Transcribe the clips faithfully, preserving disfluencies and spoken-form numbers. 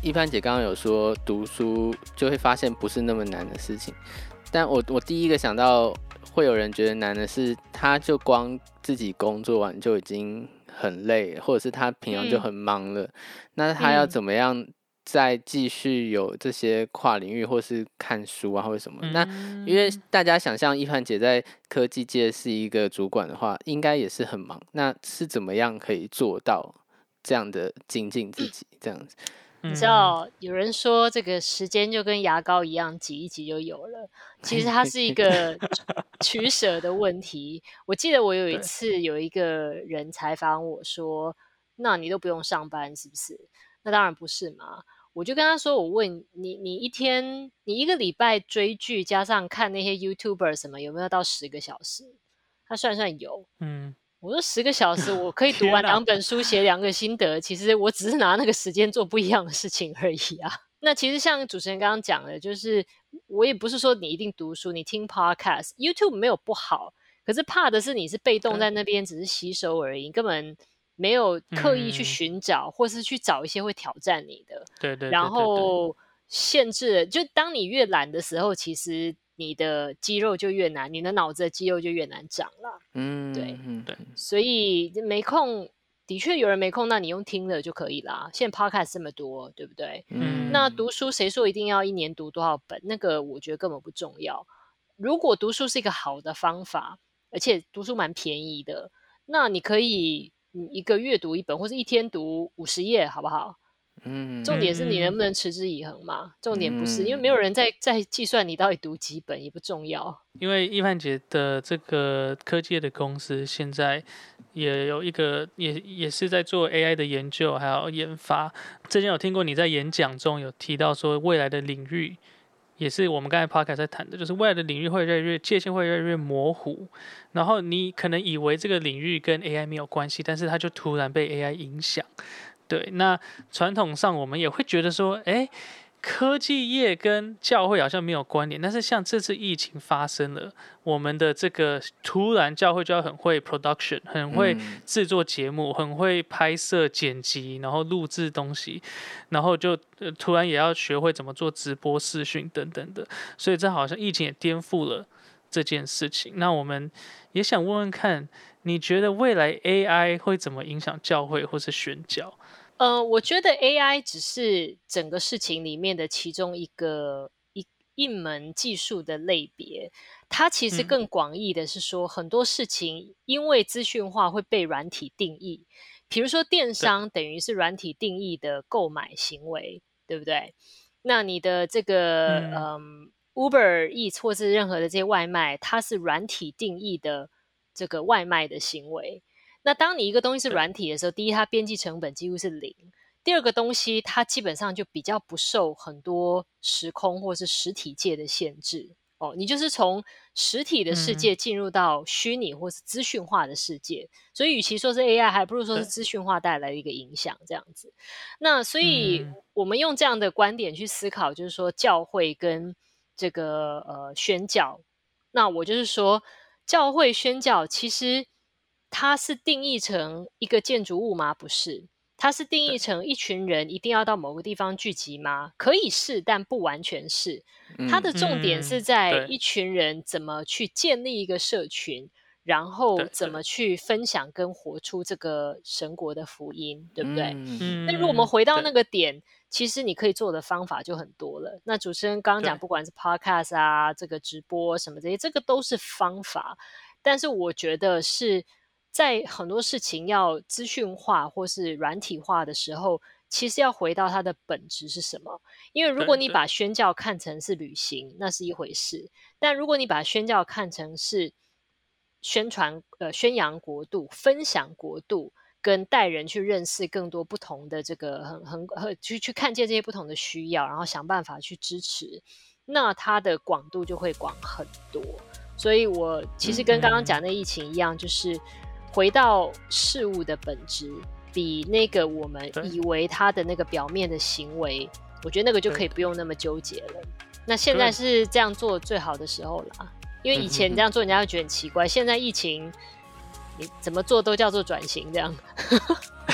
一帆姐刚刚有说读书就会发现不是那么难的事情，但我我第一个想到会有人觉得难的是，他就光自己工作完就已经很累，或者是他平常就很忙了，嗯、那他要怎么样再继续有这些跨领域或是看书啊或者什么？嗯、那因为大家想象一帆姐在科技界是一个主管的话，应该也是很忙，那是怎么样可以做到这样的精进自己这样子？ 你知道有人说这个时间就跟牙膏一样挤一挤就有了，其实它是一个取舍的问题。我记得我有一次有一个人采访我说，那你都不用上班是不是？那当然不是嘛。我就跟他说，我问你，你一天你一个礼拜追剧加上看那些 YouTuber 什么，有没有到十个小时？他算算有，嗯。我说十个小时我可以读完两本书写两个心得，其实我只是拿那个时间做不一样的事情而已啊。那其实像主持人刚刚讲的，就是我也不是说你一定读书，你听 podcast YouTube 没有不好，可是怕的是你是被动在那边只是吸收而已，根本没有刻意去寻找、嗯、或是去找一些会挑战你的，对 对, 对, 对, 对，然后限制，就当你越懒的时候，其实你的肌肉就越难，你的脑子的肌肉就越难长了。嗯，对，对，所以没空，的确有人没空，那你用听的就可以啦。现在 podcast 这么多，对不对？嗯，那读书谁说一定要一年读多少本？那个我觉得根本不重要。如果读书是一个好的方法，而且读书蛮便宜的，那你可以一个月读一本，或是一天读五十页，好不好？嗯，重点是你能不能持之以恒嘛？重点不是，因为没有人在在计算你到底读几本，也不重要。 因为一帆姐的这个科技的公司现在也有一个，也也是在做 A I 的研究还有研发。之前有听过你在演讲中有提到说，未来的领域也是我们刚才 podcast 在谈的，就是未来的领域会越来越界限会越来越模糊，然后你可能以为这个领域跟 A I 没有关系，但是它就突然被 A I 影响。对，那传统上我们也会觉得说，哎，科技业跟教会好像没有关联，但是像这次疫情发生了，我们的这个突然教会就要很会 production， 很会制作节目，嗯、很会拍摄剪辑，然后录制东西，然后就、呃、突然也要学会怎么做直播视讯等等的，所以这好像疫情也颠覆了这件事情。那我们也想问问看，你觉得未来 A I 会怎么影响教会或是宣教？ 呃，我觉得 A I 只是整个事情里面的其中一个 一, 一门技术的类别，它其实更广义的是说、嗯、很多事情因为资讯化会被软体定义，比如说电商等于是软体定义的购买行为， 对, 对不对？那你的这个、嗯嗯、Uber Eats 或是任何的这些外卖，它是软体定义的这个外卖的行为。那当你一个东西是软体的时候，第一，它边际成本几乎是零；第二个东西，它基本上就比较不受很多时空或是实体界的限制。哦，你就是从实体的世界进入到虚拟或是资讯化的世界，嗯、所以与其说是 A I， 还不如说是资讯化带来的一个影响这样子。那所以我们用这样的观点去思考，就是说教会跟这个呃宣教。那我就是说，教会宣教其实它是定义成一个建筑物吗？不是，它是定义成一群人一定要到某个地方聚集吗？可以是，但不完全是。它的重点是在一群人怎么去建立一个社群，然后怎么去分享跟活出这个神国的福音，对不对？嗯、那如果我们回到那个点，其实你可以做的方法就很多了。那主持人刚刚讲，不管是 podcast 啊，这个直播什么这些，这个都是方法。但是我觉得是在很多事情要资讯化或是软体化的时候，其实要回到它的本质是什么。因为如果你把宣教看成是旅行，那是一回事，但如果你把宣教看成是宣传呃宣扬国度、分享国度，跟带人去认识更多不同的这个很很很去去看见这些不同的需要，然后想办法去支持，那它的广度就会广很多。所以我其实跟刚刚讲的疫情一样，就是回到事物的本质，比那个我们以为它的那个表面的行为，我觉得那个就可以不用那么纠结了。那现在是这样做最好的时候啦，因为以前你这样做人家会觉得很奇怪，现在疫情你怎么做都叫做转型这样。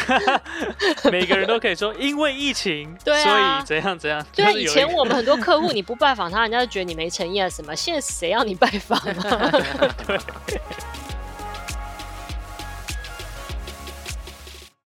每个人都可以说因为疫情， 对啊， 所以怎样怎样。 对啊，以前我们很多客户你不拜访他，人家就觉得你没诚意啊什么。现在谁要你拜访啊？ 对。